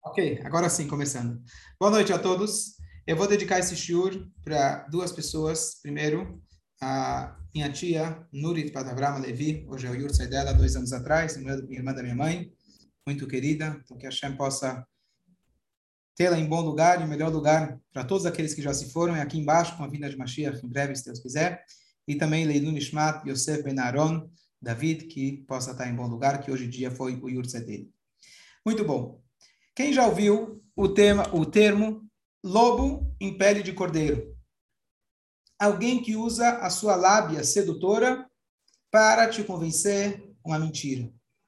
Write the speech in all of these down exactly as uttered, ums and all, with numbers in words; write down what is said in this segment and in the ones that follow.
Ok, agora sim, começando. Boa noite a todos. Eu vou dedicar esse shiur para duas pessoas. Primeiro, a minha tia, Nurit Patavrama Levi, hoje é o yurtzeit dela, dois anos atrás, irmã irmã da minha mãe, muito querida. Então, que a Hashem possa tê-la em bom lugar, em melhor lugar para todos aqueles que já se foram, e aqui embaixo, com a vinda de Mashiach, em breve, se Deus quiser. E também Leilun Nishmat, Yosef Ben Aaron, David, que possa estar em bom lugar, que hoje em dia foi o yurtzeit dele. Muito bom. Quem já ouviu o, tema, o termo lobo em pele de cordeiro? Alguém que usa a sua lábia sedutora para te convencer uma mentira.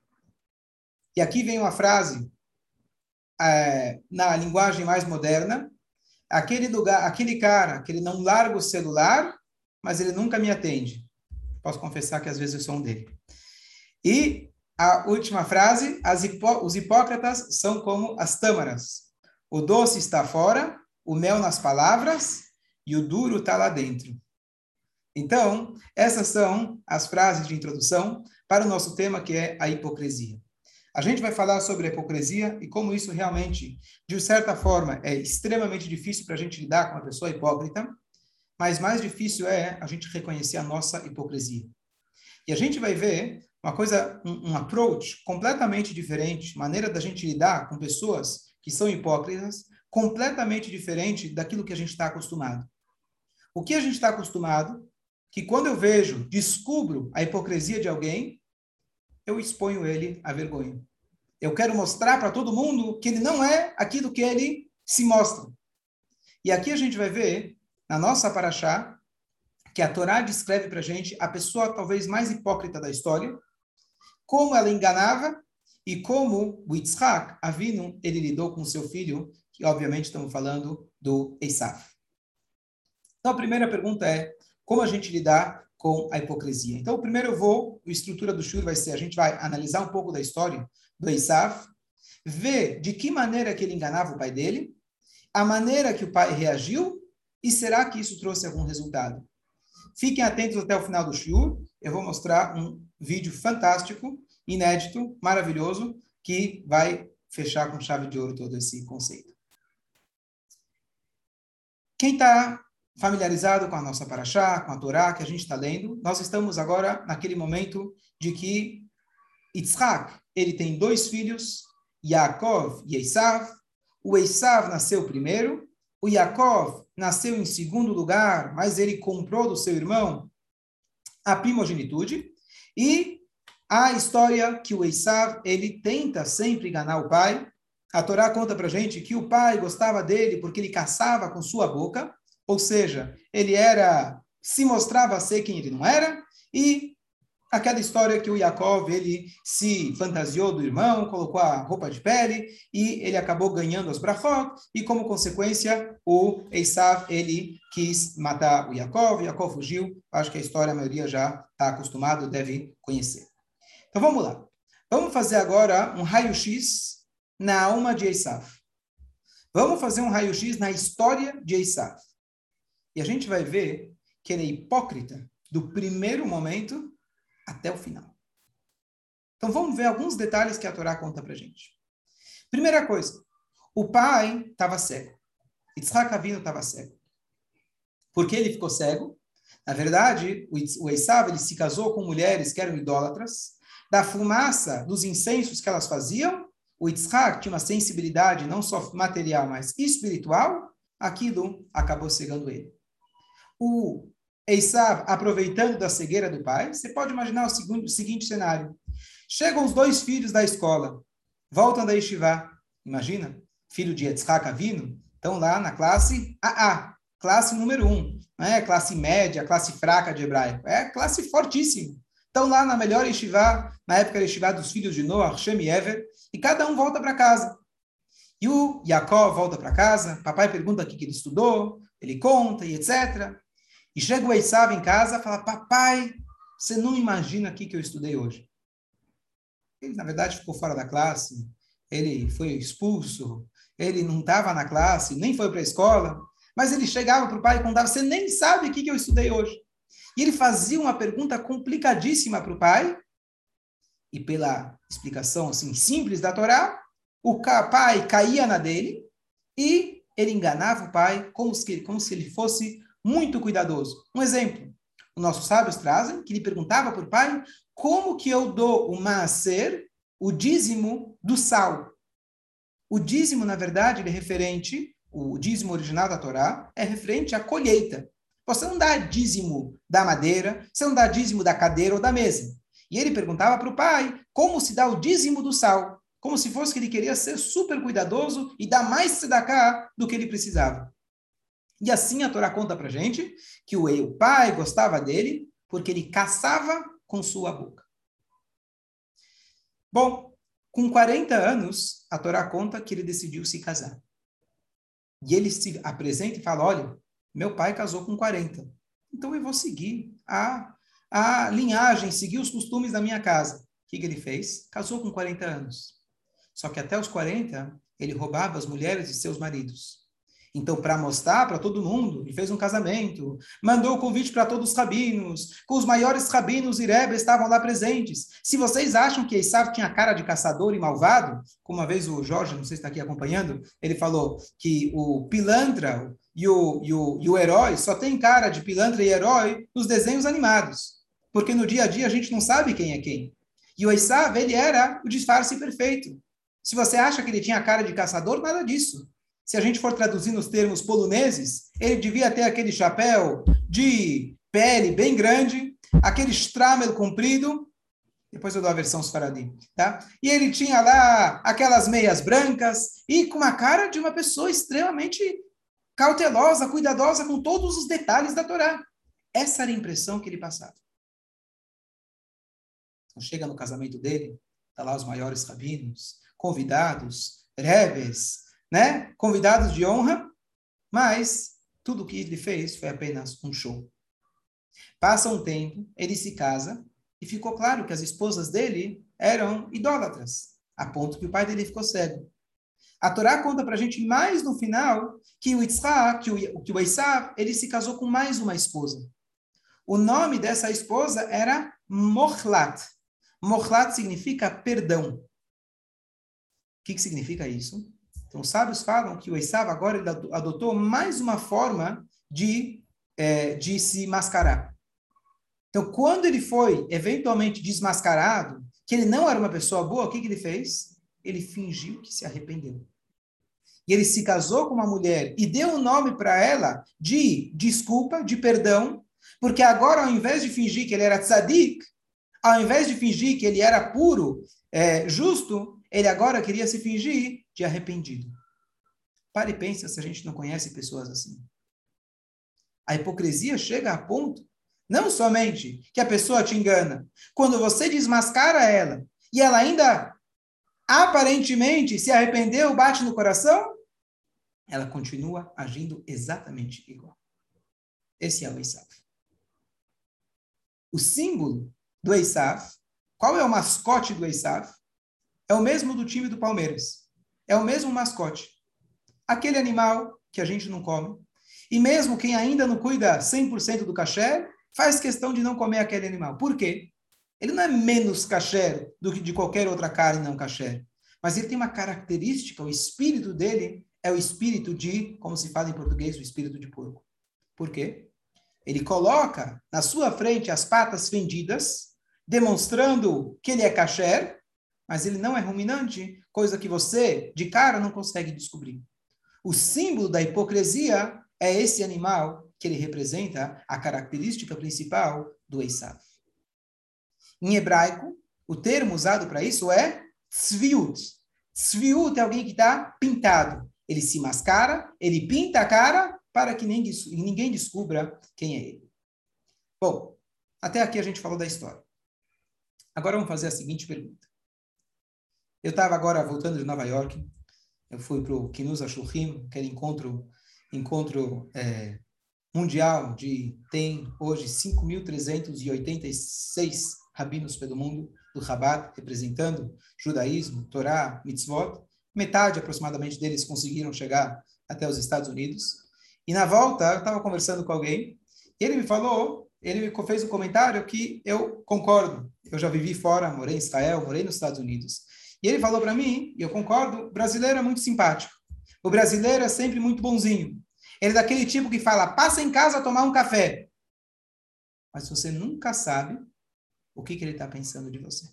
E aqui vem uma frase é, na linguagem mais moderna. Aquele, lugar, aquele cara que ele não larga o celular, mas ele nunca me atende. Posso confessar que às vezes eu sou um dele. E a última frase, as hipó os hipócritas são como as tâmaras. O doce está fora, o mel nas palavras e o duro está lá dentro. Então, essas são as frases de introdução para o nosso tema, que é a hipocrisia. A gente vai falar sobre a hipocrisia e como isso realmente, de certa forma, é extremamente difícil para a gente lidar com uma pessoa hipócrita, mas mais difícil é a gente reconhecer a nossa hipocrisia. E a gente vai ver uma coisa, um, um approach completamente diferente, maneira da gente lidar com pessoas que são hipócritas, completamente diferente daquilo que a gente está acostumado. O que a gente está acostumado, que quando eu vejo, descubro a hipocrisia de alguém, eu exponho ele à vergonha. Eu quero mostrar para todo mundo que ele não é aquilo que ele se mostra. E aqui a gente vai ver, na nossa paraxá, que a Torá descreve para a gente a pessoa talvez mais hipócrita da história, como ela enganava e como o Yitzhak, Avinu, ele lidou com seu filho, que obviamente estamos falando do Esav. Então a primeira pergunta é, como a gente lidar com a hipocrisia? Então primeiro eu vou, a estrutura do shur vai ser, a gente vai analisar um pouco da história do Esav, ver de que maneira que ele enganava o pai dele, a maneira que o pai reagiu, e será que isso trouxe algum resultado? Fiquem atentos até o final do shiur. Eu vou mostrar um vídeo fantástico, inédito, maravilhoso, que vai fechar com chave de ouro todo esse conceito. Quem está familiarizado com a nossa paraxá, com a Torá que a gente está lendo, nós estamos agora naquele momento de que Yitzhak, ele tem dois filhos, Yaakov e Esav. O Esav nasceu primeiro, o Yaakov nasceu em segundo lugar, mas ele comprou do seu irmão a primogenitude. E a história que o Esav, ele tenta sempre enganar o pai. A Torá conta para a gente que o pai gostava dele porque ele caçava com sua boca, ou seja, ele era, se mostrava ser quem ele não era, e aquela história que o Yaakov, ele se fantasiou do irmão, colocou a roupa de pele, e ele acabou ganhando as brachot, e como consequência, o Esav, ele quis matar o Yaakov, o Yaakov fugiu, acho que a história a maioria já está acostumado, deve conhecer. Então vamos lá. Vamos fazer agora um raio-x na alma de Esav. Vamos fazer um raio-x na história de Esav. E a gente vai ver que ele é hipócrita do primeiro momento até o final. Então vamos ver alguns detalhes que a Torá conta para a gente. Primeira coisa, o pai estava cego. Yitzhak Avinu estava cego. Por que ele ficou cego? Na verdade, o Esav, ele se casou com mulheres que eram idólatras. Da fumaça dos incensos que elas faziam, o Yitzhak tinha uma sensibilidade não só material, mas espiritual. Aquilo acabou cegando ele. O Esav, aproveitando da cegueira do pai, você pode imaginar o seguinte, o seguinte cenário. Chegam os dois filhos da escola, voltam da Yeshiva. Imagina, filho de Yitzhak Avinu, estão lá na classe A A, classe número um. Não é classe média, classe fraca de hebraico, é classe fortíssima. Estão lá na melhor Yeshiva, na época da Yeshiva dos filhos de Noah, Shem e Ever, e cada um volta para casa. E o Yaakov volta para casa, papai pergunta o que ele estudou, ele conta e etcétera. E chega o Esav em casa e fala, papai, você não imagina o que eu estudei hoje. Ele, na verdade, ficou fora da classe, ele foi expulso, ele não estava na classe, nem foi para a escola, mas ele chegava para o pai e contava, você nem sabe o que eu estudei hoje. E ele fazia uma pergunta complicadíssima para o pai, e pela explicação assim, simples da Torá, o pai caía na dele e ele enganava o pai como se, como se ele fosse muito cuidadoso. Um exemplo, os nossos sábios trazem que ele perguntava para o pai como que eu dou o maaser, o dízimo do sal. O dízimo, na verdade, ele é referente, o dízimo original da Torá é referente à colheita. Você não dá dízimo da madeira, você não dá dízimo da cadeira ou da mesa. E ele perguntava para o pai como se dá o dízimo do sal, como se fosse que ele queria ser super cuidadoso e dar mais tzedakah do que ele precisava. E assim a Torá conta para a gente que o, o pai gostava dele porque ele caçava com sua boca. Bom, com quarenta anos, a Torá conta que ele decidiu se casar. E ele se apresenta e fala, olha, meu pai casou com quarenta, então eu vou seguir a, a linhagem, seguir os costumes da minha casa. O que, que ele fez? Casou com quarenta anos. Só que até os quarenta, ele roubava as mulheres de seus maridos. Então, para mostrar para todo mundo, ele fez um casamento, mandou o convite para todos os rabinos, com os maiores rabinos e rebes estavam lá presentes. Se vocês acham que Esav tinha cara de caçador e malvado, como uma vez o Jorge, não sei se está aqui acompanhando, ele falou que o pilantra e o, e, o, e o herói só tem cara de pilantra e herói nos desenhos animados, porque no dia a dia a gente não sabe quem é quem. E o Esav, ele era o disfarce perfeito. Se você acha que ele tinha cara de caçador, nada disso. Se a gente for traduzir nos termos poloneses, ele devia ter aquele chapéu de pele bem grande, aquele stramel comprido, depois eu dou a versão Sfaradi, tá? E ele tinha lá aquelas meias brancas e com uma cara de uma pessoa extremamente cautelosa, cuidadosa com todos os detalhes da Torá. Essa era a impressão que ele passava. Então chega no casamento dele, tá lá os maiores rabinos, convidados, rebes, né? Convidados de honra, mas tudo o que ele fez foi apenas um show. Passa um tempo, ele se casa e ficou claro que as esposas dele eram idólatras, a ponto que o pai dele ficou cego. A Torá conta para a gente mais no final que o Yitzhak, que o, que o Esav, ele se casou com mais uma esposa. O nome dessa esposa era Mochlat. Mochlat significa perdão. O que, que significa isso? Então, os sábios falam que o Esav agora ele adotou mais uma forma de, é, de se mascarar. Então, quando ele foi eventualmente desmascarado, que ele não era uma pessoa boa, o que, que ele fez? Ele fingiu que se arrependeu. E ele se casou com uma mulher e deu o um nome para ela de desculpa, de perdão, porque agora, ao invés de fingir que ele era tzadik, ao invés de fingir que ele era puro, é, justo, ele agora queria se fingir de arrependido. Pare e pensa se a gente não conhece pessoas assim. A hipocrisia chega a ponto, não somente que a pessoa te engana, quando você desmascara ela e ela ainda aparentemente se arrependeu, bate no coração, ela continua agindo exatamente igual. Esse é o Esav. O símbolo do Esav, qual é o mascote do Esav? É o mesmo do time do Palmeiras. É o mesmo mascote. Aquele animal que a gente não come. E mesmo quem ainda não cuida cem por cento do kasher, faz questão de não comer aquele animal. Por quê? Ele não é menos kasher do que de qualquer outra carne não kasher. Mas ele tem uma característica, o espírito dele é o espírito de, como se fala em português, o espírito de porco. Por quê? Ele coloca na sua frente as patas fendidas, demonstrando que ele é kasher, mas ele não é ruminante, coisa que você, de cara, não consegue descobrir. O símbolo da hipocrisia é esse animal que ele representa, a característica principal do Esav. Em hebraico, o termo usado para isso é tzviut. Tzviut é alguém que está pintado. Ele se mascara, ele pinta a cara para que ninguém descubra quem é ele. Bom, até aqui a gente falou da história. Agora vamos fazer a seguinte pergunta. Eu estava agora voltando de Nova York, eu fui para o Kinuz HaShulchim, aquele encontro, encontro é, mundial, de, tem hoje cinco mil trezentos e oitenta e seis rabinos pelo mundo, do Chabad, representando judaísmo, Torá, mitzvot. Metade aproximadamente deles conseguiram chegar até os Estados Unidos. E na volta, eu estava conversando com alguém, e ele me falou, ele me fez um comentário que eu concordo. Eu já vivi fora, morei em Israel, morei nos Estados Unidos. E ele falou para mim, e eu concordo, o brasileiro é muito simpático. O brasileiro é sempre muito bonzinho. Ele é daquele tipo que fala, passa em casa tomar um café. Mas você nunca sabe o que, que ele está pensando de você.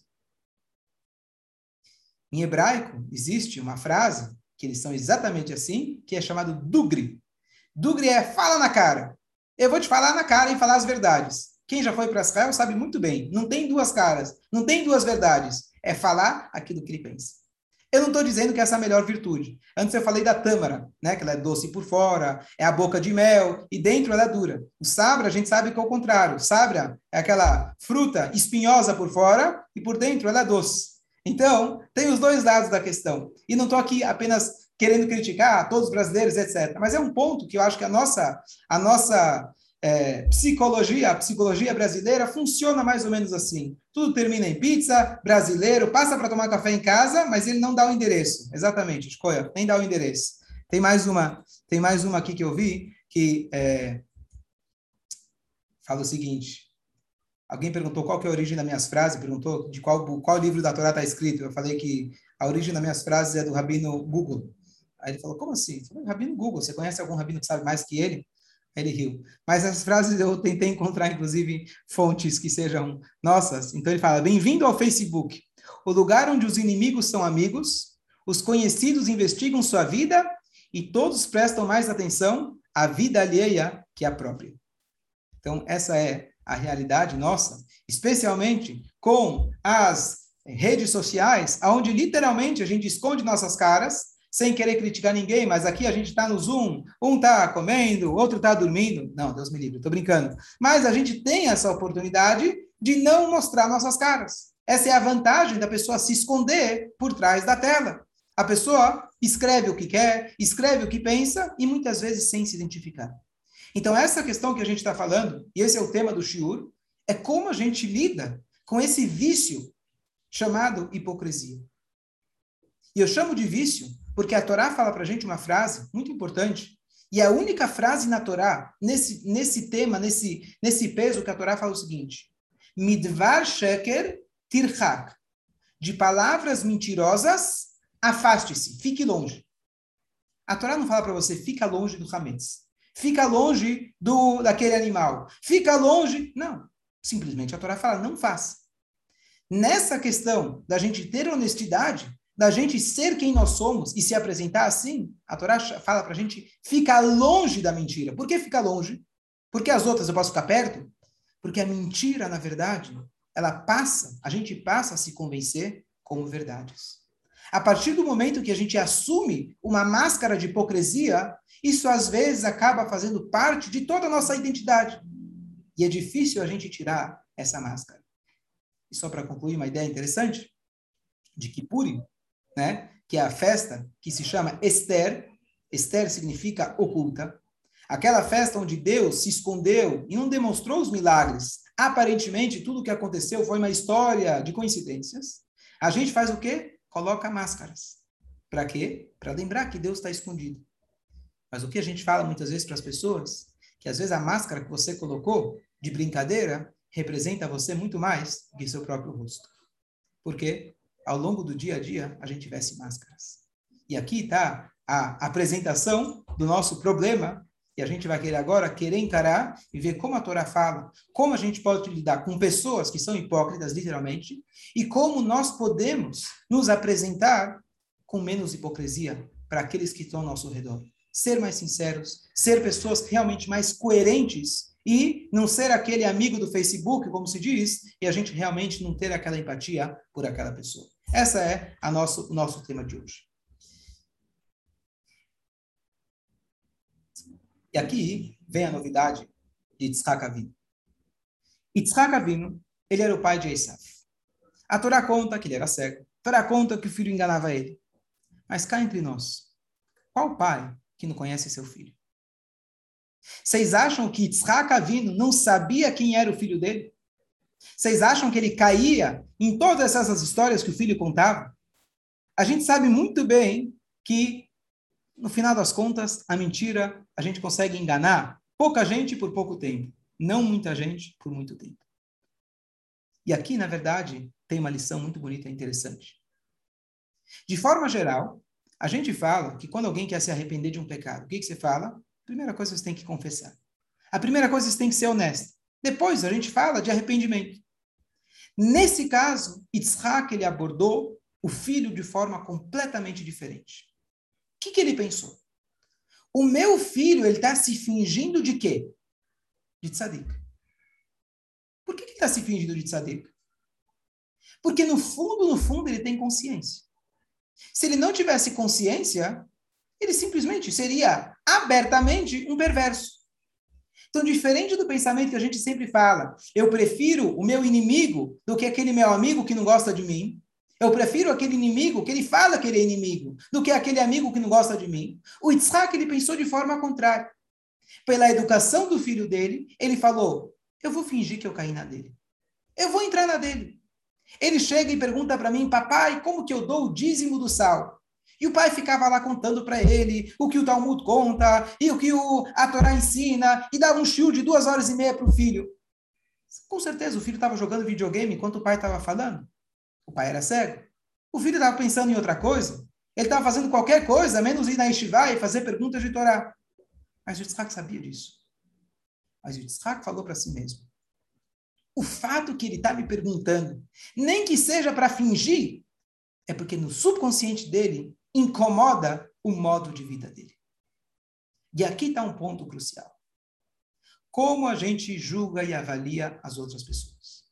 Em hebraico, existe uma frase, que eles são exatamente assim, que é chamado dugri. Dugri é fala na cara. Eu vou te falar na cara e falar as verdades. Quem já foi para Israel sabe muito bem. Não tem duas caras, não tem duas verdades. É falar aquilo que ele pensa. Eu não estou dizendo que essa é a melhor virtude. Antes eu falei da tâmara, né? Que ela é doce por fora, é a boca de mel, e dentro ela é dura. O sabra, a gente sabe que é o contrário. O sabra é aquela fruta espinhosa por fora, e por dentro ela é doce. Então, tem os dois lados da questão. E não estou aqui apenas querendo criticar todos os brasileiros, etcétera. Mas é um ponto que eu acho que a nossa, a nossa é, psicologia, a psicologia brasileira funciona mais ou menos assim. Tudo termina em pizza, brasileiro, passa para tomar café em casa, mas ele não dá o endereço. Exatamente, escolha, nem dá o endereço. Tem mais uma, tem mais uma aqui que eu vi, que é, fala o seguinte. Alguém perguntou qual que é a origem das minhas frases, perguntou de qual, qual livro da Torá está escrito. Eu falei que a origem das minhas frases é do Rabino Google. Aí ele falou, como assim? Eu falei, Rabino Google, você conhece algum rabino que sabe mais que ele? Aí ele riu. Mas as frases eu tentei encontrar, inclusive, fontes que sejam nossas. Então ele fala, bem-vindo ao Facebook, o lugar onde os inimigos são amigos, os conhecidos investigam sua vida e todos prestam mais atenção à vida alheia que à própria. Então, essa é a realidade nossa, especialmente com as redes sociais, onde literalmente a gente esconde nossas caras, sem querer criticar ninguém, mas aqui a gente está no Zoom, um está comendo, outro está dormindo. Não, Deus me livre, estou brincando. Mas a gente tem essa oportunidade de não mostrar nossas caras. Essa é a vantagem da pessoa se esconder por trás da tela. A pessoa escreve o que quer, escreve o que pensa e muitas vezes sem se identificar. Então, essa questão que a gente está falando, e esse é o tema do shiur, é como a gente lida com esse vício chamado hipocrisia. E eu chamo de vício porque a Torá fala para a gente uma frase muito importante, e a única frase na Torá, nesse, nesse tema, nesse, nesse peso, que a Torá fala o seguinte, Midvar sheker tirchak, de palavras mentirosas, afaste-se, fique longe. A Torá não fala para você, fica longe do hametz. Fica longe do, daquele animal. Fica longe. Não. Simplesmente a Torá fala, não faça. Nessa questão da gente ter honestidade, da gente ser quem nós somos e se apresentar assim, a Torá fala para a gente ficar longe da mentira. Por que ficar longe? Porque as outras eu posso ficar perto? Porque a mentira, na verdade, ela passa, a gente passa a se convencer como verdades. A partir do momento que a gente assume uma máscara de hipocrisia, isso às vezes acaba fazendo parte de toda a nossa identidade. E é difícil a gente tirar essa máscara. E só para concluir uma ideia interessante, de Kippurim, né, que é a festa que se chama Esther. Esther significa oculta. Aquela festa onde Deus se escondeu e não demonstrou os milagres. Aparentemente, tudo o que aconteceu foi uma história de coincidências. A gente faz o quê? Coloca máscaras. Para quê? Para lembrar que Deus está escondido. Mas o que a gente fala muitas vezes para as pessoas, que às vezes a máscara que você colocou de brincadeira representa você muito mais do que seu próprio rosto. Porque ao longo do dia a dia a gente veste máscaras. E aqui está a apresentação do nosso problema, e a gente vai querer agora querer encarar e ver como a Torá fala, como a gente pode lidar com pessoas que são hipócritas, literalmente, e como nós podemos nos apresentar com menos hipocrisia para aqueles que estão ao nosso redor. Ser mais sinceros, ser pessoas realmente mais coerentes e não ser aquele amigo do Facebook, como se diz, e a gente realmente não ter aquela empatia por aquela pessoa. Essa é a nosso, o nosso tema de hoje. E aqui vem a novidade de Yitzhak Avinu. Yitzhak Avinu, ele era o pai de Esav. A Torá conta que ele era cego. A Torá conta que o filho enganava ele. Mas cá entre nós, qual pai que não conhece seu filho? Vocês acham que Yitzhak Avinu não sabia quem era o filho dele? Vocês acham que ele caía em todas essas histórias que o filho contava? A gente sabe muito bem que, no final das contas, a mentira, a gente consegue enganar pouca gente por pouco tempo, não muita gente por muito tempo. E aqui, na verdade, tem uma lição muito bonita e interessante. De forma geral, a gente fala que quando alguém quer se arrepender de um pecado, o que, que você fala? A primeira coisa você tem que confessar. A primeira coisa você tem que ser honesto. Depois a gente fala de arrependimento. Nesse caso, Yitzhak, ele abordou o filho de forma completamente diferente. O que, que ele pensou? O meu filho, ele está se fingindo de quê? De tzadik. Por que, que ele está se fingindo de tzadik? Porque no fundo, no fundo, ele tem consciência. Se ele não tivesse consciência, ele simplesmente seria abertamente um perverso. Então, diferente do pensamento que a gente sempre fala, eu prefiro o meu inimigo do que aquele meu amigo que não gosta de mim. Eu prefiro aquele inimigo que ele fala que ele é inimigo, do que aquele amigo que não gosta de mim. O Yitzhak, ele pensou de forma contrária. Pela educação do filho dele, ele falou, eu vou fingir que eu caí na dele. Eu vou entrar na dele. Ele chega e pergunta para mim, papai, como que eu dou o dízimo do sal? E o pai ficava lá contando para ele o que o Talmud conta, e o que o, a Torá ensina, e dava um shiur de duas horas e meia para o filho. Com certeza, o filho estava jogando videogame enquanto o pai estava falando. O pai era cego. O filho estava pensando em outra coisa. Ele estava fazendo qualquer coisa, menos ir na yeshiva e fazer perguntas de Torá. Mas o Yitzhak sabia disso. Mas o Yitzhak falou para si mesmo. O fato que ele está me perguntando, nem que seja para fingir, é porque no subconsciente dele incomoda o modo de vida dele. E aqui está um ponto crucial. Como a gente julga e avalia as outras pessoas?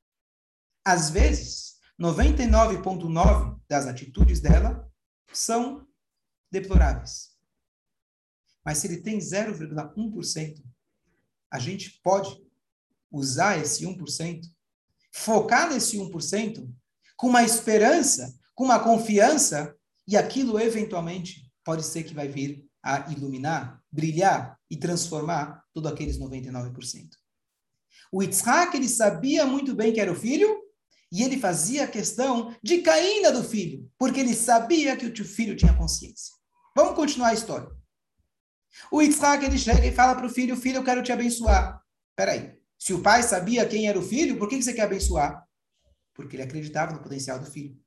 Às vezes, noventa e nove vírgula nove por cento das atitudes dela são deploráveis. Mas se ele tem zero vírgula um por cento, a gente pode usar esse um por cento, focar nesse um por cento, com uma esperança, com uma confiança, e aquilo eventualmente pode ser que vai vir a iluminar, brilhar e transformar todos aqueles noventa e nove por cento. O Yitzhak, ele sabia muito bem que era o filho, e ele fazia questão de cair na do filho, porque ele sabia que o filho tinha consciência. Vamos continuar a história. O Yitzhak, ele chega e fala para o filho, filho, eu quero te abençoar. Espera aí, se o pai sabia quem era o filho, por que você quer abençoar? Porque ele acreditava no potencial do filho.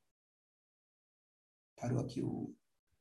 Parou aqui o...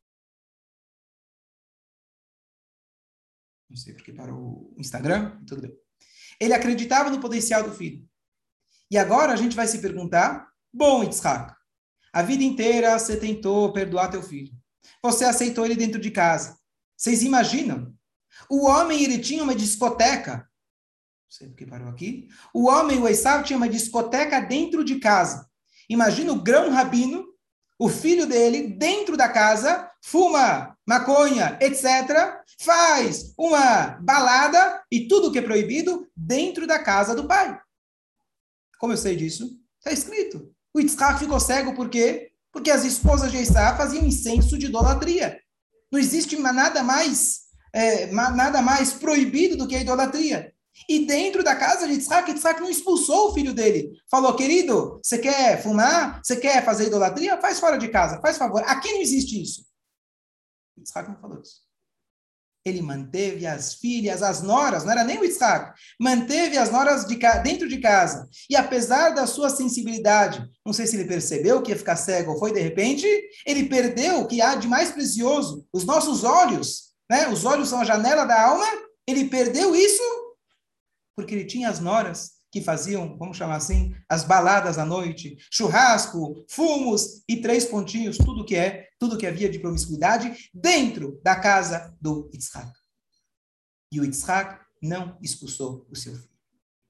Não sei porque parou o Instagram, tudo bem. Ele acreditava no potencial do filho. E agora a gente vai se perguntar, bom, Yitzhak, a vida inteira você tentou perdoar teu filho. Você aceitou ele dentro de casa. Vocês imaginam? O homem, ele tinha uma discoteca. Não sei porque parou aqui. O homem, o Esaú, tinha uma discoteca dentro de casa. Imagina o grão rabino, o filho dele, dentro da casa, fuma maconha, etcétera, faz uma balada e tudo que é proibido dentro da casa do pai. Como eu sei disso? Está escrito. O Yitzhak ficou cego por quê? Porque as esposas de Esaú faziam incenso de idolatria. Não existe nada mais, é, nada mais proibido do que a idolatria. E dentro da casa de Yitzhak, Yitzhak não expulsou o filho dele. Falou, querido, você quer fumar? Você quer fazer idolatria? Faz fora de casa, faz favor. Aqui não existe isso. Yitzhak não falou isso. Ele manteve as filhas, as noras, não era nem o Yitzhak, manteve as noras de ca... dentro de casa. E apesar da sua sensibilidade, não sei se ele percebeu que ia ficar cego ou foi de repente, ele perdeu o que há de mais precioso, os nossos olhos, né? Os olhos são a janela da alma, ele perdeu isso porque ele tinha as noras que faziam, vamos chamar assim, as baladas à noite, churrasco, fumos e três pontinhos, tudo que é, tudo que havia de promiscuidade dentro da casa do Yitzhak. E o Yitzhak não expulsou o seu filho.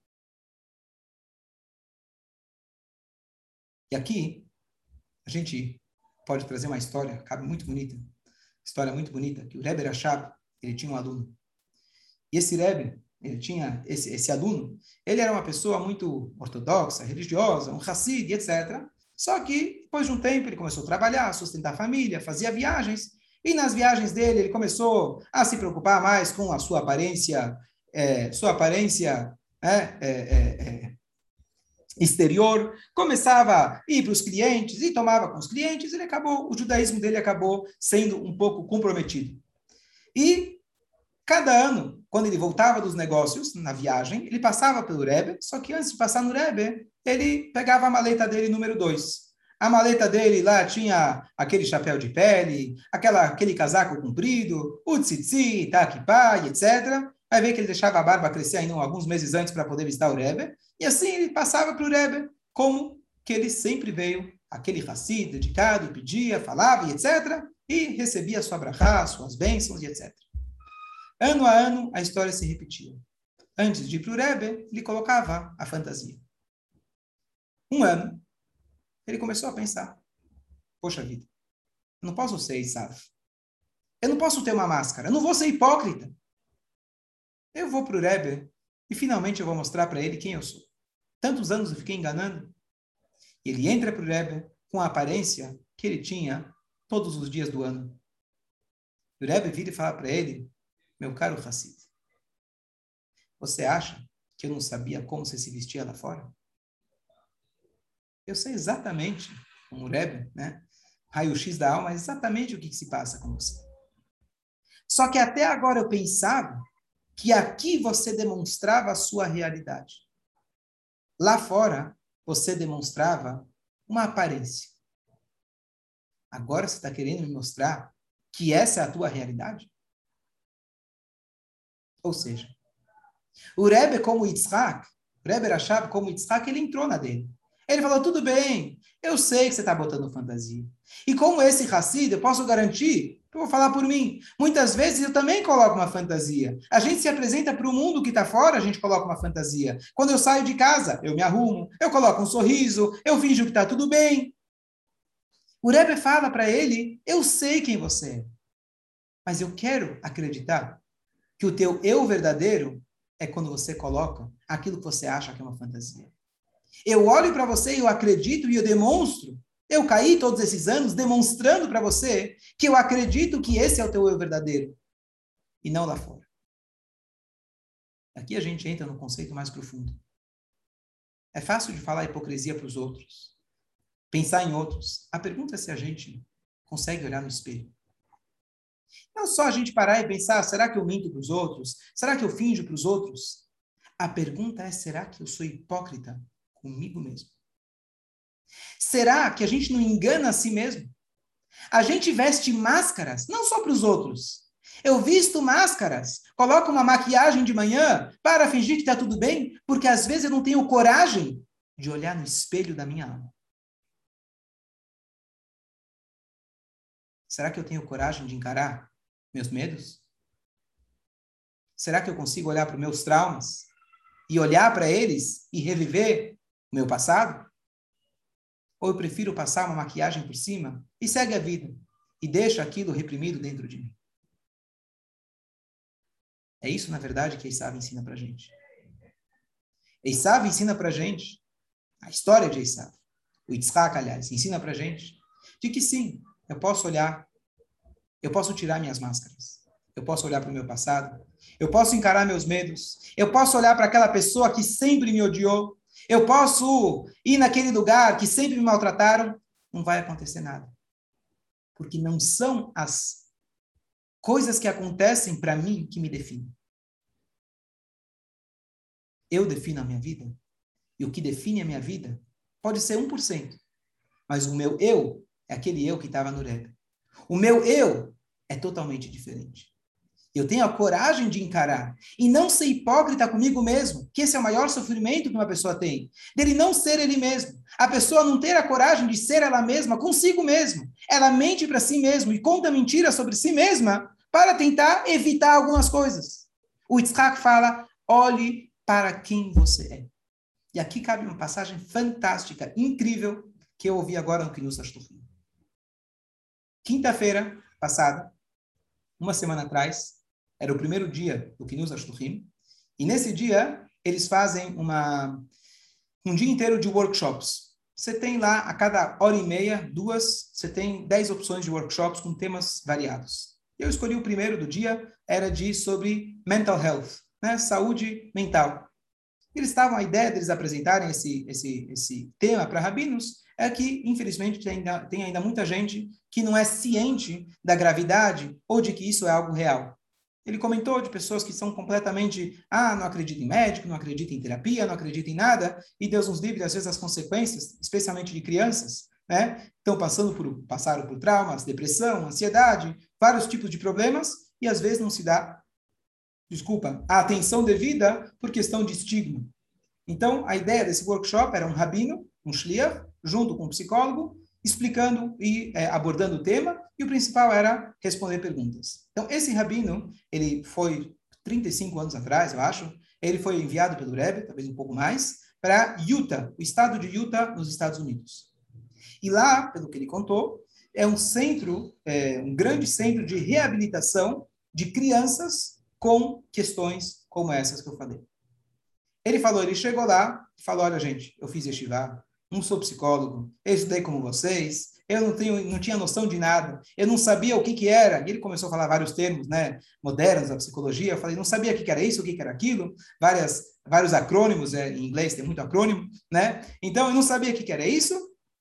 E aqui, a gente pode trazer uma história, cabe muito bonita, história muito bonita, que o Rebbe Rashab, ele tinha um aluno. E esse Rebbe, ele tinha esse, esse aluno, ele era uma pessoa muito ortodoxa, religiosa, um Hassid, etcétera. Só que, depois de um tempo, ele começou a trabalhar, sustentar a família, fazia viagens, e nas viagens dele, ele começou a se preocupar mais com a sua aparência, é, sua aparência é, é, é, exterior, começava a ir para os clientes, e tomava com os clientes, ele acabou, o judaísmo dele acabou sendo um pouco comprometido. E cada ano, quando ele voltava dos negócios, na viagem, ele passava pelo Rebbe, só que antes de passar no Rebbe, ele pegava a maleta dele número dois. A maleta dele lá tinha aquele chapéu de pele, aquela, aquele casaco comprido, o tzitzi, taquipá, etcétera. Vai ver que ele deixava a barba crescer ainda alguns meses antes para poder visitar o Rebbe. E assim ele passava para o Rebbe, como que ele sempre veio, aquele Hassid dedicado, pedia, falava e etcétera. E recebia sua brachá, suas bênçãos e etcétera. Ano a ano, a história se repetia. Antes de ir para o Rebbe, ele colocava a fantasia. Um ano, ele começou a pensar, poxa vida, eu não posso ser Esav. Eu não posso ter uma máscara. Eu não vou ser hipócrita. Eu vou para o Rebbe e finalmente eu vou mostrar para ele quem eu sou. Tantos anos eu fiquei enganando. E ele entra para o Rebbe com a aparência que ele tinha todos os dias do ano. O Rebbe vira e fala para ele, meu caro Hassid, você acha que eu não sabia como você se vestia lá fora? Eu sei exatamente, como o Rebbe, né? Raio-X da alma, exatamente o que, que se passa com você. Só que até agora eu pensava que aqui você demonstrava a sua realidade. Lá fora, você demonstrava uma aparência. Agora você está querendo me mostrar que essa é a tua realidade? Ou seja, o Rebbe como Yitzhak, o Rebbe achava como Yitzhak, ele entrou na dele. Ele falou, tudo bem, eu sei que você está botando fantasia. E como esse Hassid, eu posso garantir, eu vou falar por mim, muitas vezes eu também coloco uma fantasia. A gente se apresenta para o mundo que está fora, a gente coloca uma fantasia. Quando eu saio de casa, eu me arrumo, eu coloco um sorriso, eu finjo que está tudo bem. O Rebbe fala para ele, eu sei quem você é, mas eu quero acreditar que o teu eu verdadeiro é quando você coloca aquilo que você acha que é uma fantasia. Eu olho para você e eu acredito e eu demonstro. Eu caí todos esses anos demonstrando para você que eu acredito que esse é o teu eu verdadeiro e não lá fora. Aqui a gente entra no conceito mais profundo. É fácil de falar hipocrisia para os outros, pensar em outros. A pergunta é se a gente consegue olhar no espelho. Não só a gente parar e pensar, será que eu minto para os outros? Será que eu finjo para os outros? A pergunta é, será que eu sou hipócrita comigo mesmo? Será que a gente não engana a si mesmo? A gente veste máscaras, não só para os outros. Eu visto máscaras, coloco uma maquiagem de manhã para fingir que está tudo bem, porque às vezes eu não tenho coragem de olhar no espelho da minha alma. Será que eu tenho coragem de encarar meus medos? Será que eu consigo olhar para os meus traumas e olhar para eles e reviver o meu passado? Ou eu prefiro passar uma maquiagem por cima e segue a vida e deixa aquilo reprimido dentro de mim? É isso, na verdade, que Esav ensina para a gente. Esav ensina para a gente, a história de Esav, o Yitzhak, aliás, ensina para a gente de que sim, eu posso olhar, eu posso tirar minhas máscaras, eu posso olhar para o meu passado, eu posso encarar meus medos, eu posso olhar para aquela pessoa que sempre me odiou, eu posso ir naquele lugar que sempre me maltrataram, não vai acontecer nada. Porque não são as coisas que acontecem para mim que me definem. Eu defino a minha vida, e o que define a minha vida pode ser um por cento, mas o meu eu é aquele eu que estava no Rebbe. O meu eu é totalmente diferente. Eu tenho a coragem de encarar e não ser hipócrita comigo mesmo, que esse é o maior sofrimento que uma pessoa tem, dele não ser ele mesmo. A pessoa não ter a coragem de ser ela mesma consigo mesmo. Ela mente para si mesma e conta mentiras sobre si mesma para tentar evitar algumas coisas. O Yitzhak fala, olhe para quem você é. E aqui cabe uma passagem fantástica, incrível, que eu ouvi agora no Kinus Ashtuchim. Quinta-feira passada, uma semana atrás, era o primeiro dia do Kinus Ashtuchim, e nesse dia eles fazem uma, um dia inteiro de workshops. Você tem lá, a cada hora e meia, duas, você tem dez opções de workshops com temas variados. Eu escolhi o primeiro do dia, era de sobre mental health, né? Saúde mental. Eles estavam, a ideia deles apresentarem esse, esse, esse tema para rabinos é que, infelizmente, tem ainda, tem ainda muita gente que não é ciente da gravidade ou de que isso é algo real. Ele comentou de pessoas que são completamente, ah, não acredito em médico, não acredito em terapia, não acredito em nada, e Deus nos livre, às vezes, as consequências, especialmente de crianças, né? Estão passando por, passaram por traumas, depressão, ansiedade, vários tipos de problemas, e às vezes não se dá, desculpa, a atenção devida por questão de estigma. Então, a ideia desse workshop era um rabino, um shliach, junto com um psicólogo, explicando e é, abordando o tema, e o principal era responder perguntas. Então, esse rabino, ele foi trinta e cinco anos atrás, eu acho, ele foi enviado pelo Rebbe, talvez um pouco mais, para Utah, o estado de Utah, nos Estados Unidos. E lá, pelo que ele contou, é um centro, é, um grande centro de reabilitação de crianças com questões como essas que eu falei. Ele falou, ele chegou lá e falou, olha gente, eu fiz yeshiva, não sou psicólogo, eu estudei como vocês, eu não, tenho, não tinha noção de nada, eu não sabia o que, que era, e ele começou a falar vários termos, né, modernos da psicologia, eu falei, não sabia o que, que era isso, o que, que era aquilo, várias, vários acrônimos, é, em inglês tem muito acrônimo, né, então eu não sabia o que, que era isso,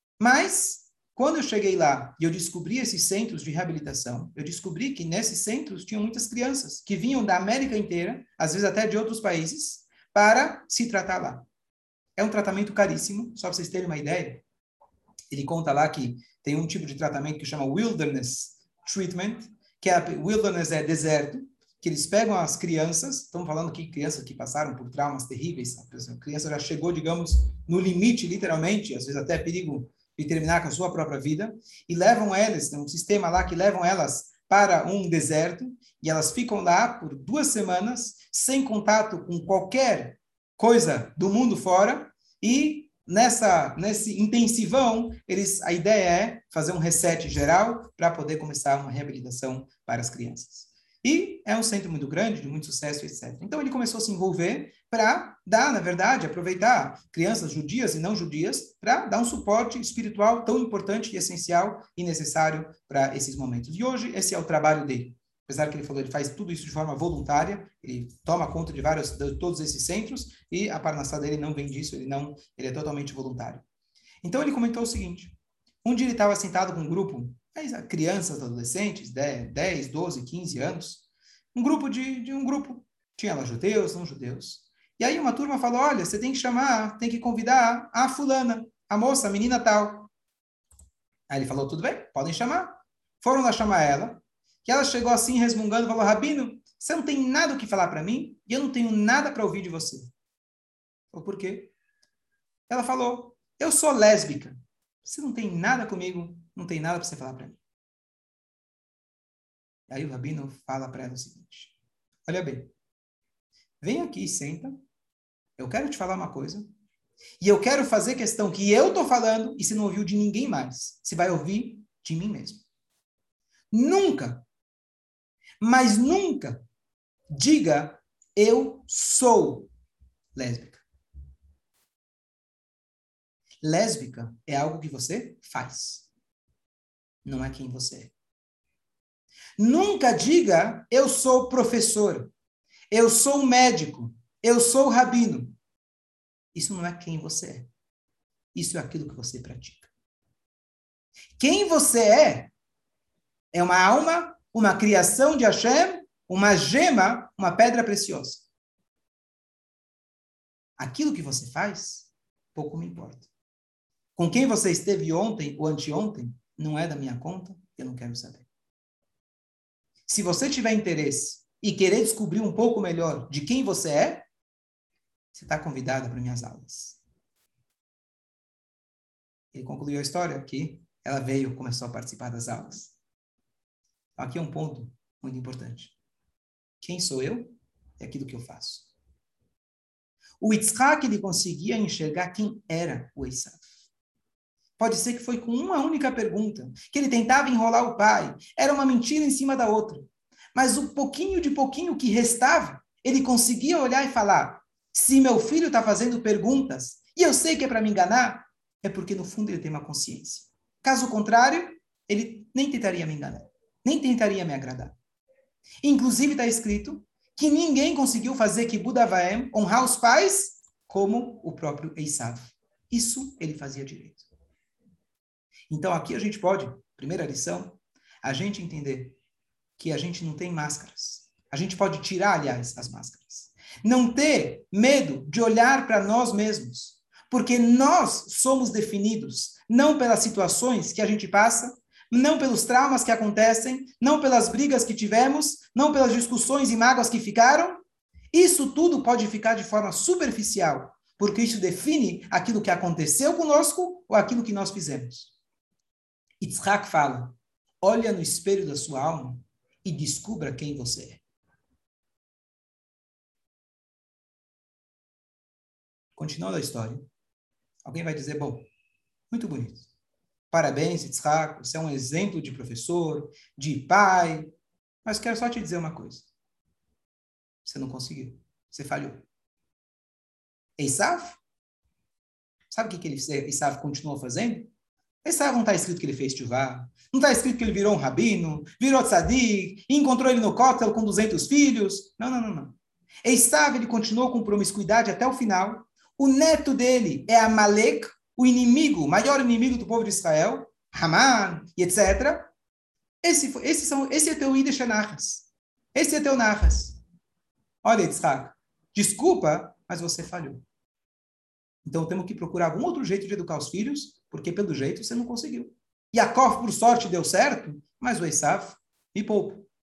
mas quando eu cheguei lá e eu descobri esses centros de reabilitação, eu descobri que nesses centros tinham muitas crianças que vinham da América inteira, às vezes até de outros países, para se tratar lá. É um tratamento caríssimo, só para vocês terem uma ideia. Ele conta lá que tem um tipo de tratamento que chama Wilderness Treatment, que é, Wilderness é deserto, que eles pegam as crianças, estamos falando aqui de crianças que passaram por traumas terríveis, a criança já chegou, digamos, no limite, literalmente, às vezes até perigo de terminar com a sua própria vida, e levam elas, tem um sistema lá que levam elas para um deserto, e elas ficam lá por duas semanas, sem contato com qualquer coisa do mundo fora, e nessa, nesse intensivão, eles, a ideia é fazer um reset geral para poder começar uma reabilitação para as crianças. E é um centro muito grande, de muito sucesso, etcétera. Então ele começou a se envolver para dar, na verdade, aproveitar crianças judias e não judias para dar um suporte espiritual tão importante e essencial e necessário para esses momentos. E hoje esse é o trabalho dele. Apesar que ele falou, ele faz tudo isso de forma voluntária, ele toma conta de vários, de todos esses centros, e a parnassá dele não vem disso, ele não, ele é totalmente voluntário. Então ele comentou o seguinte, um dia ele estava sentado com um grupo, crianças, adolescentes, dez, doze, quinze anos, um grupo de, de um grupo, tinha lá judeus, não judeus. E aí uma turma falou, olha, você tem que chamar, tem que convidar a fulana, a moça, a menina tal. Aí ele falou, tudo bem, podem chamar. Foram lá chamar ela, que ela chegou assim, resmungando, falou, Rabino, você não tem nada o que falar para mim, e eu não tenho nada para ouvir de você. Falou, por quê? Ela falou, eu sou lésbica, você não tem nada comigo, não tem nada para você falar para mim. Aí o Rabino fala para ela o seguinte, olha bem, vem aqui e senta, eu quero te falar uma coisa, e eu quero fazer questão que eu estou falando, e você não ouviu de ninguém mais, você vai ouvir de mim mesmo. Nunca, mas nunca, diga, eu sou lésbica. Lésbica é algo que você faz, não é quem você é. Nunca diga, eu sou professor, eu sou médico, eu sou rabino. Isso não é quem você é. Isso é aquilo que você pratica. Quem você é, é uma alma, uma criação de Hashem, uma gema, uma pedra preciosa. Aquilo que você faz, pouco me importa. Com quem você esteve ontem ou anteontem, não é da minha conta, eu não quero saber. Se você tiver interesse e querer descobrir um pouco melhor de quem você é, você está convidada para minhas aulas. Ele concluiu a história que ela veio, começou a participar das aulas. Aqui é um ponto muito importante. Quem sou eu? É aquilo que eu faço. O Yitzhak, ele conseguia enxergar quem era o Esav. Pode ser que foi com uma única pergunta, que ele tentava enrolar o pai. Era uma mentira em cima da outra. Mas o pouquinho de pouquinho que restava, ele conseguia olhar e falar, se meu filho está fazendo perguntas, e eu sei que é para me enganar, é porque no fundo ele tem uma consciência. Caso contrário, ele nem tentaria me enganar, nem tentaria me agradar. Inclusive está escrito que ninguém conseguiu fazer Kibud Avaim, honrar os pais, como o próprio Esav. Isso ele fazia direito. Então aqui a gente pode, primeira lição, a gente entender que a gente não tem máscaras. A gente pode tirar, aliás, as máscaras. Não ter medo de olhar para nós mesmos. Porque nós somos definidos não pelas situações que a gente passa, não pelos traumas que acontecem, não pelas brigas que tivemos, não pelas discussões e mágoas que ficaram. Isso tudo pode ficar de forma superficial, porque isso define aquilo que aconteceu conosco ou aquilo que nós fizemos. Yitzhak fala, olha no espelho da sua alma e descubra quem você é. Continuando a história, alguém vai dizer, bom, muito bonito. Parabéns, Yitzhak, você é um exemplo de professor, de pai, mas quero só te dizer uma coisa. Você não conseguiu, você falhou. Esav? Sabe o que, que ele, Esav continuou fazendo? Esav não está escrito que ele fez tchuvá, não está escrito que ele virou um rabino, virou tzadik, encontrou ele no Kotel com duzentos filhos. Não, não, não, não. Esav, ele continuou com promiscuidade até o final. O neto dele é Amalek, o inimigo, o maior inimigo do povo de Israel, Haman, e etcétera. Esse, esse, são, esse é teu Ides Narras. Esse é teu Narras. Olha, Yitzhak, desculpa, mas você falhou. Então temos que procurar algum outro jeito de educar os filhos, porque pelo jeito você não conseguiu. Yaakov, por sorte, deu certo, mas o Esav me poupa.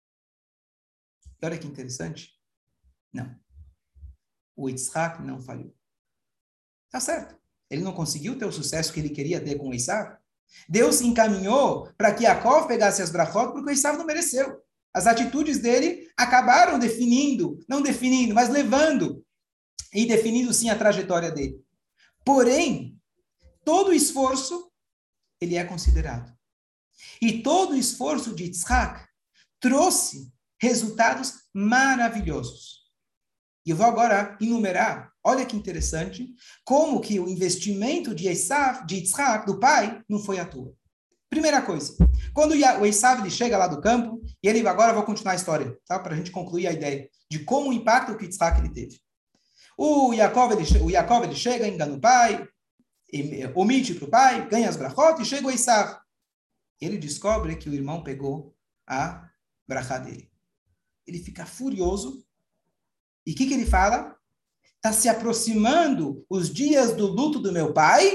E olha que interessante. Não. O Yitzhak não falhou. Tá certo. Ele não conseguiu ter o sucesso que ele queria ter com o Esav. Deus encaminhou para que Yaakov pegasse as brachot, porque o Esav não mereceu. As atitudes dele acabaram definindo, não definindo, mas levando e definindo sim a trajetória dele. Porém, todo esforço, ele é considerado. E todo o esforço de Yitzhak trouxe resultados maravilhosos. E eu vou agora enumerar, olha que interessante, como que o investimento de Esav, de Yitzhak, do pai, não foi à toa. Primeira coisa, quando o Esav ele chega lá do campo, e ele agora eu vou continuar a história, tá? Para a gente concluir a ideia de como o impacto que Yitzhak ele teve. O Yaakov ele, o Yaakov, ele chega, engana o pai, omite para o pai, ganha as brachot e chega o Esav. Ele descobre que o irmão pegou a brachá dele. Ele fica furioso. E o que, que ele fala? Está se aproximando os dias do luto do meu pai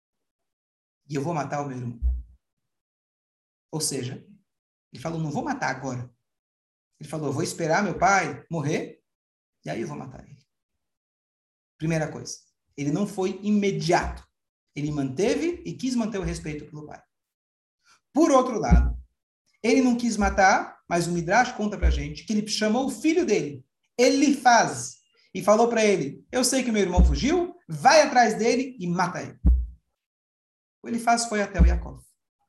e eu vou matar o meu irmão. Ou seja, ele falou, não vou matar agora. Ele falou, vou esperar meu pai morrer e aí eu vou matar ele. Primeira coisa, ele não foi imediato. Ele manteve e quis manter o respeito pelo pai. Por outro lado, ele não quis matar, mas o Midrash conta pra gente que ele chamou o filho dele, Elifaz, e falou para ele, eu sei que meu irmão fugiu, vai atrás dele e mata ele. O Elifaz foi até o Yaakov.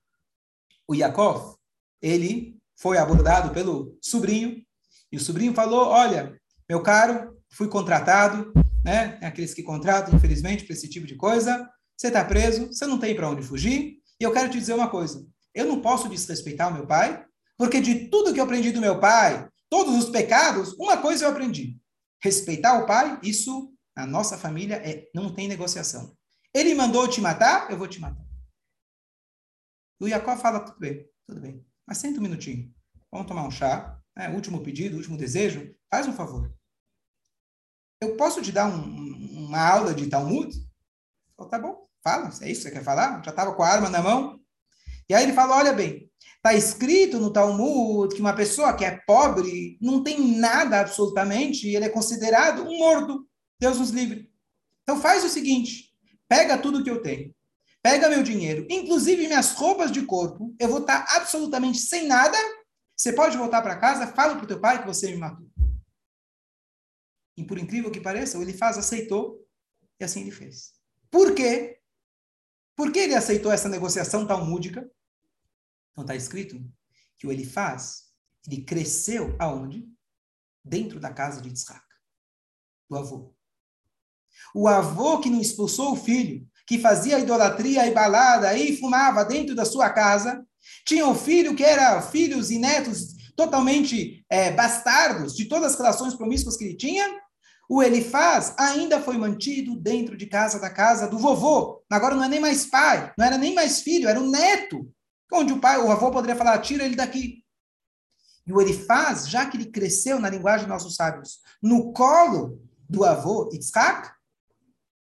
O Yaakov, ele foi abordado pelo sobrinho, e o sobrinho falou, olha, meu caro, fui contratado, né? Aqueles que contratam, infelizmente, para esse tipo de coisa, você está preso, você não tem para onde fugir, e eu quero te dizer uma coisa, eu não posso desrespeitar o meu pai, porque de tudo que eu aprendi do meu pai, todos os pecados, uma coisa eu aprendi. Respeitar o pai, isso, na nossa família, é, não tem negociação. Ele mandou te matar, eu vou te matar. E o Yaakov fala, tudo bem, tudo bem, mas senta um minutinho, vamos tomar um chá, né? Último pedido, último desejo, faz um favor. Eu posso te dar um, uma aula de Talmud? Falei, tá bom, fala, é isso que você quer falar? Já estava com a arma na mão. E aí ele fala, olha bem, está escrito no Talmud que uma pessoa que é pobre não tem nada absolutamente, e ele é considerado um morto. Deus nos livre. Então faz o seguinte, pega tudo que eu tenho, pega meu dinheiro, inclusive minhas roupas de corpo, eu vou estar absolutamente sem nada, você pode voltar para casa, fala para o teu pai que você me matou. E por incrível que pareça, o Elifaz aceitou, e assim ele fez. Por quê? Por que ele aceitou essa negociação talmúdica? Então está escrito que o Elifaz, ele cresceu aonde? Dentro da casa de Yitzhak, do avô. O avô que não expulsou o filho, que fazia idolatria e balada e fumava dentro da sua casa, tinha o filho que era filhos e netos totalmente é, bastardos de todas as relações promíscuas que ele tinha. O Elifaz ainda foi mantido dentro de casa, da casa do vovô. Agora não é nem mais pai, não era nem mais filho, era um neto. Onde o pai, o avô poderia falar, tira ele daqui. E o Elifaz, já que ele cresceu, na linguagem dos nossos sábios, no colo do avô Yitzhak,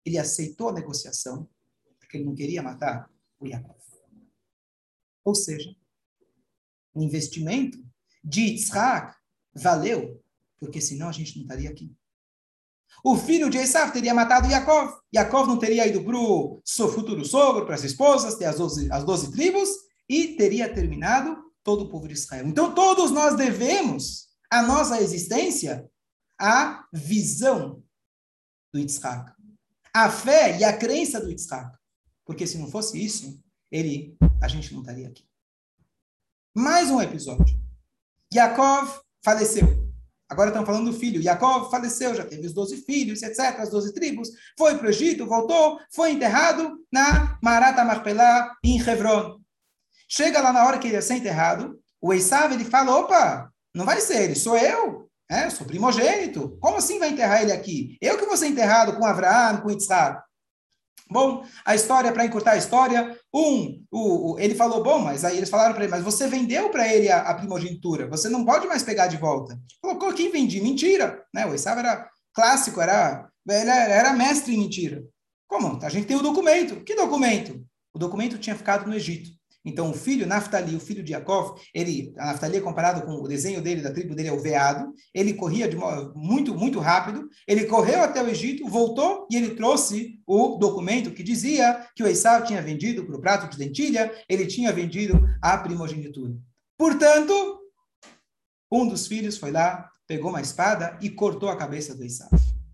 ele aceitou a negociação, porque ele não queria matar o Yaakov. Ou seja, o investimento de Yitzhak valeu, porque senão a gente não estaria aqui. O filho de Esav teria matado Yaakov. Yaakov não teria ido para o seu futuro sogro, para as esposas, ter as doze, as doze tribos, e teria terminado todo o povo de Israel. Então, todos nós devemos a nossa existência à visão do Yitzhak, a fé e a crença do Yitzhak. Porque se não fosse isso, ele, a gente não estaria aqui. Mais um episódio. Yaakov faleceu. Agora estamos falando do filho. Yaakov faleceu, já teve os doze filhos, etcétera, as doze tribos. Foi para o Egito, voltou, foi enterrado na Marat HaMachpelah, em Hebron. Chega lá na hora que ele ia ser enterrado, o Esav, ele fala, opa, não vai ser ele, sou eu. É, eu sou primogênito. Como assim vai enterrar ele aqui? Eu que vou ser enterrado com Avraham, com Yitzhak. Bom, a história, para encurtar a história, um, o, o, ele falou, bom, mas aí eles falaram para ele, mas você vendeu para ele a, a primogenitura, você não pode mais pegar de volta. Colocou quem vendi? Mentira. Né? O Esav era clássico, era, ele era mestre em mentira. Como? A gente tem o documento. Que documento? O documento tinha ficado no Egito. Então, o filho, Naftali, o filho de Yaakov, ele, a Naftali é comparado com o desenho dele, da tribo dele, é o veado, ele corria de modo, muito, muito rápido, ele correu até o Egito, voltou e ele trouxe o documento que dizia que o Esav tinha vendido para o prato de lentilha, ele tinha vendido a primogenitura. Portanto, um dos filhos foi lá, pegou uma espada e cortou a cabeça do Esav.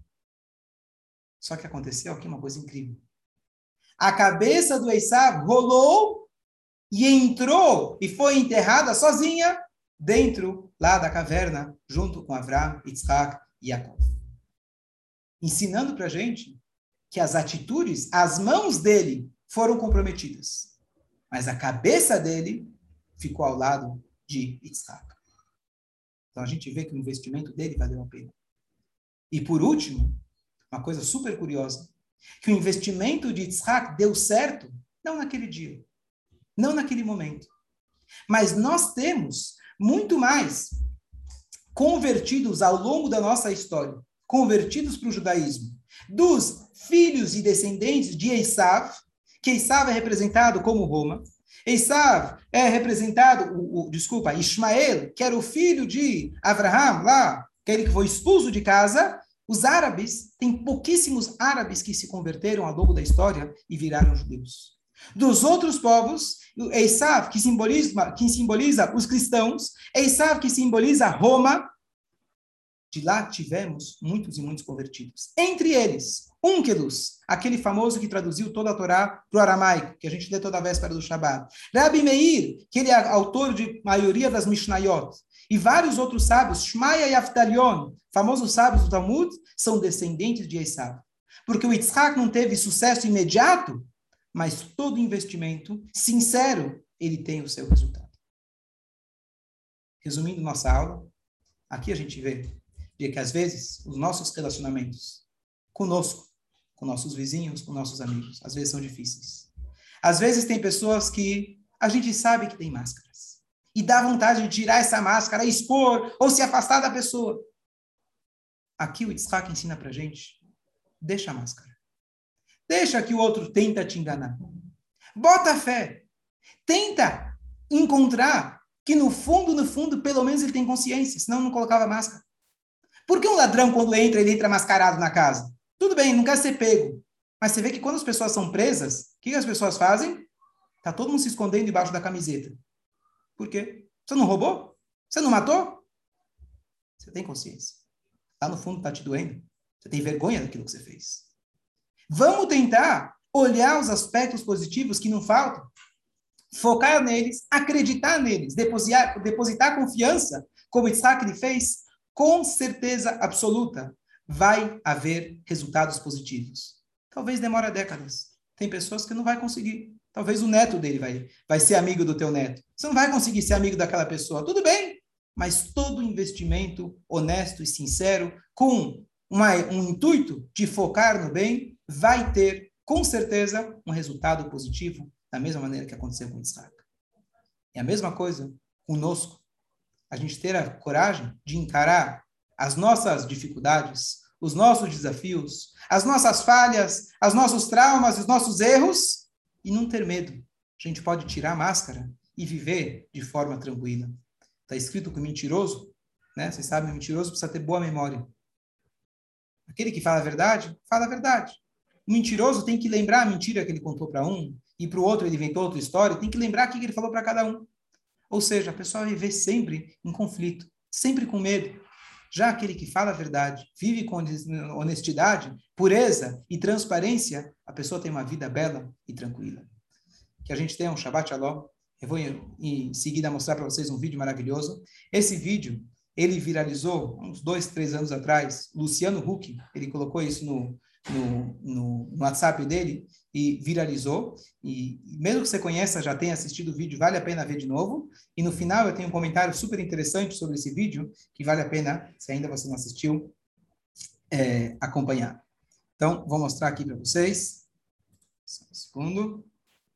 Só que aconteceu aqui uma coisa incrível. A cabeça do Esav rolou e entrou e foi enterrada sozinha dentro lá da caverna, junto com Avraham, Yitzhak e Yaakov. Ensinando para a gente que as atitudes, as mãos dele foram comprometidas, mas a cabeça dele ficou ao lado de Yitzhak. Então a gente vê que o investimento dele valeu a pena. E por último, uma coisa super curiosa, que o investimento de Yitzhak deu certo, não naquele dia, não naquele momento. Mas nós temos muito mais convertidos ao longo da nossa história, convertidos para o judaísmo, dos filhos e descendentes de Esav, que Esav é representado como Roma, Esav é representado, o, o, desculpa, Ismael, que era o filho de Avraham, lá, aquele que foi expulso de casa. Os árabes, tem pouquíssimos árabes que se converteram ao longo da história e viraram judeus. Dos outros povos, Esav, que simboliza, que simboliza os cristãos, Esav, que simboliza Roma, de lá tivemos muitos e muitos convertidos. Entre eles, Onkelos, aquele famoso que traduziu toda a Torá para o aramaico, que a gente lê toda a véspera do Shabat. Rabi Meir, que ele é autor de maioria das Mishnayot. E vários outros sábios, Shmaya e Aftalion, famosos sábios do Talmud, são descendentes de Esav. Porque o Yitzhak não teve sucesso imediato, mas todo investimento sincero, ele tem o seu resultado. Resumindo nossa aula, aqui a gente vê que às vezes os nossos relacionamentos conosco, com nossos vizinhos, com nossos amigos, às vezes são difíceis. Às vezes tem pessoas que a gente sabe que tem máscaras e dá vontade de tirar essa máscara, expor ou se afastar da pessoa. Aqui o Yitzhak ensina pra gente, deixa a máscara. Deixa que o outro tenta te enganar. Bota fé. Tenta encontrar que no fundo, no fundo, pelo menos ele tem consciência, senão não colocava máscara. Por que um ladrão, quando entra, ele entra mascarado na casa? Tudo bem, não quer ser pego. Mas você vê que quando as pessoas são presas, o que as pessoas fazem? Está todo mundo se escondendo debaixo da camiseta. Por quê? Você não roubou? Você não matou? Você tem consciência. Lá no fundo está te doendo. Você tem vergonha daquilo que você fez. Vamos tentar olhar os aspectos positivos que não faltam. Focar neles, acreditar neles, depositar, depositar confiança, como Yitzhak ele fez. Com certeza absoluta, vai haver resultados positivos. Talvez demore décadas. Tem pessoas que não vai conseguir. Talvez o neto dele vai, vai ser amigo do teu neto. Você não vai conseguir ser amigo daquela pessoa. Tudo bem, mas todo investimento honesto e sincero, com uma, um intuito de focar no bem, vai ter, com certeza, um resultado positivo, da mesma maneira que aconteceu com Yitzhak. É a mesma coisa conosco. A gente ter a coragem de encarar as nossas dificuldades, os nossos desafios, as nossas falhas, os nossos traumas, os nossos erros, e não ter medo. A gente pode tirar a máscara e viver de forma tranquila. Está escrito que o mentiroso, né? Vocês sabem, o mentiroso precisa ter boa memória. Aquele que fala a verdade, fala a verdade. O mentiroso tem que lembrar a mentira que ele contou para um, e para o outro ele inventou outra história, tem que lembrar o que ele falou para cada um. Ou seja, a pessoa vai viver sempre em conflito, sempre com medo. Já aquele que fala a verdade, vive com honestidade, pureza e transparência, a pessoa tem uma vida bela e tranquila. Que a gente tenha um Shabbat Shalom. Eu vou em seguida mostrar para vocês um vídeo maravilhoso. Esse vídeo, ele viralizou uns dois, três anos atrás. Luciano Huck, ele colocou isso no, no, no, no WhatsApp dele e viralizou. E mesmo que você conheça, já tenha assistido o vídeo, vale a pena ver de novo. E no final eu tenho um comentário super interessante sobre esse vídeo, que vale a pena, se ainda você não assistiu, é, acompanhar. Então, vou mostrar aqui para vocês. Só um segundo.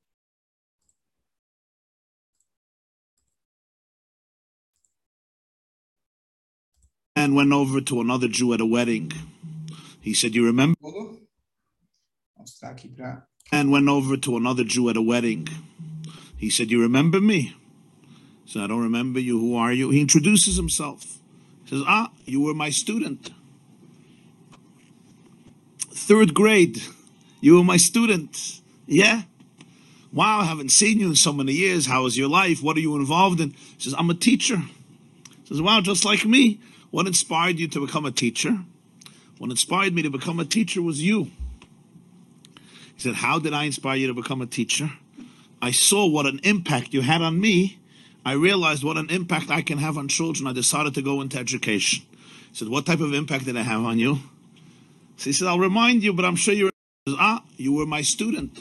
Man went over to another Jew at a wedding. He said, "You remember?" Man went over to another Jew at a wedding. He said, "You remember me?" He said, "I don't remember you. Who are you?" He introduces himself. He says, "Ah, you were my student. Third grade. You were my student. Yeah? Wow, I haven't seen you in so many years. How is your life? What are you involved in?" He says, "I'm a teacher." He says, "Wow, just like me. What inspired you to become a teacher?" "What inspired me to become a teacher was you." He said, "How did I inspire you to become a teacher?" "I saw what an impact you had on me. I realized what an impact I can have on children. I decided to go into education." He said, "What type of impact did I have on you?" So he said, "I'll remind you, but I'm sure you were." "Ah, you were my student."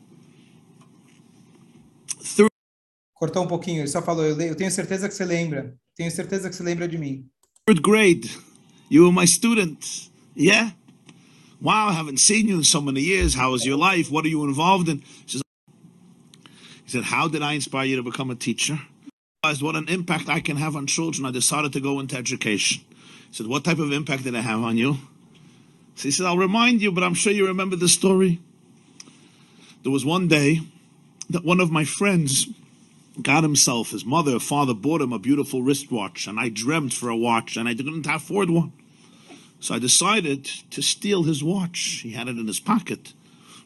Third... Cortou um pouquinho, ele só falou, eu, eu tenho certeza que você lembra. Tenho certeza que você lembra de mim. Third grade. You were my student. Yeah? Wow, I haven't seen you in so many years. How is your life? What are you involved in? He says, he said, "How did I inspire you to become a teacher?" I realized what an impact I can have on children. I decided to go into education." He said, "What type of impact did I have on you?" So he said, "I'll remind you, but I'm sure you remember the story." There was one day that one of my friends got himself, his mother or father bought him a beautiful wristwatch, and I dreamt for a watch, and I didn't afford one. So I decided to steal his watch. He had it in his pocket.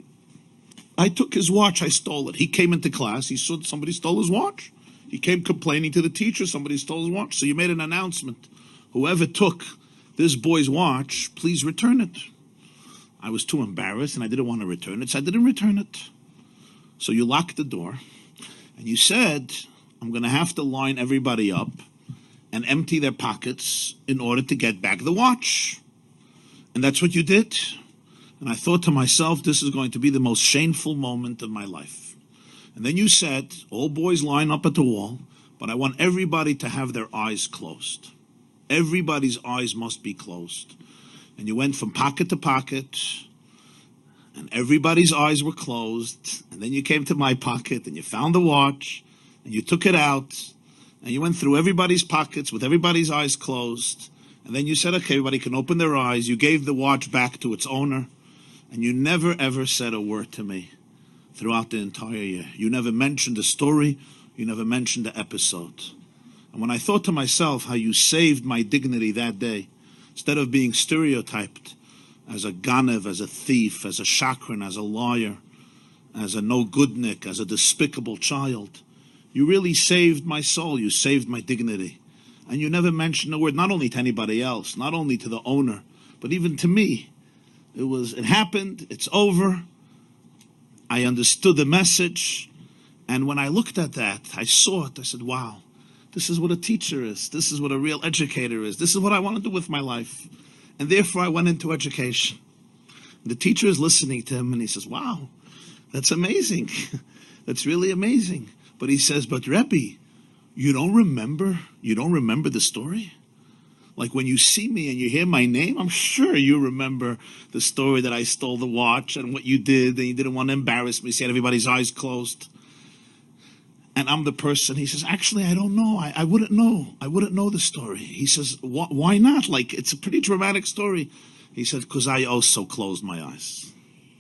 I took his watch, I stole it. He came into class, he saw somebody stole his watch. He came complaining to the teacher, somebody stole his watch. So you made an announcement. Whoever took this boy's watch, please return it. I was too embarrassed, and I didn't want to return it, so I didn't return it. So you locked the door, and you said, "I'm going to have to line everybody up and empty their pockets in order to get back the watch." And that's what you did. And I thought to myself, this is going to be the most shameful moment of my life. And then you said, "All boys line up at the wall, but I want everybody to have their eyes closed. Everybody's eyes must be closed." And you went from pocket to pocket, and everybody's eyes were closed. And then you came to my pocket, and you found the watch, and you took it out, and you went through everybody's pockets with everybody's eyes closed. And then you said, "Okay, everybody can open their eyes." You gave the watch back to its owner, and you never, ever said a word to me throughout the entire year. You never mentioned the story. You never mentioned the episode. And when I thought to myself how you saved my dignity that day, instead of being stereotyped as a ganev, as a thief, as a shakran, as a liar, as a no-goodnik, as a despicable child, you really saved my soul. You saved my dignity. And you never mentioned a word, not only to anybody else, not only to the owner, but even to me. It was, it happened, it's over. I understood the message. And when I looked at that, I saw it. I said, wow, this is what a teacher is. This is what a real educator is. This is what I want to do with my life. And therefore, I went into education. The teacher is listening to him, and he says, wow, that's amazing. That's really amazing. But he says, but Rebbe, you don't remember? You don't remember the story? Like when you see me and you hear my name, I'm sure you remember the story that I stole the watch and what you did, and you didn't want to embarrass me. You had everybody's eyes closed. And I'm the person. He says, actually, I don't know. I, I wouldn't know. I wouldn't know the story. He says, why not? Like, it's a pretty dramatic story. He said, because I also closed my eyes.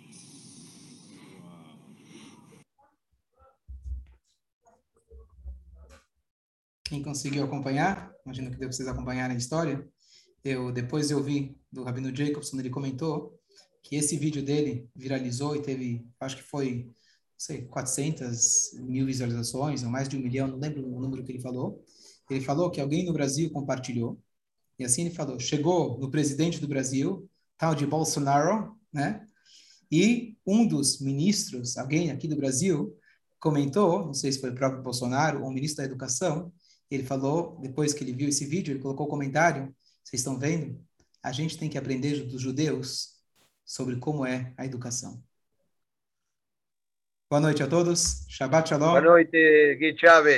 Quem conseguiu acompanhar, imagino que deu para vocês acompanharem a história. Eu depois eu vi do Rabino Jacobson, ele comentou que esse vídeo dele viralizou e teve, acho que foi, não sei, quatrocentas mil visualizações, ou mais de um milhão, não lembro o número que ele falou. Ele falou que alguém no Brasil compartilhou, e assim ele falou, chegou no presidente do Brasil, tal de Bolsonaro, né? E um dos ministros, alguém aqui do Brasil, comentou, não sei se foi o próprio Bolsonaro ou o ministro da Educação, ele falou, depois que ele viu esse vídeo, ele colocou um comentário, vocês estão vendo? A gente tem que aprender dos judeus sobre como é a educação. Boa noite a todos. Shabbat Boa Shalom. noite, Gui Chávez.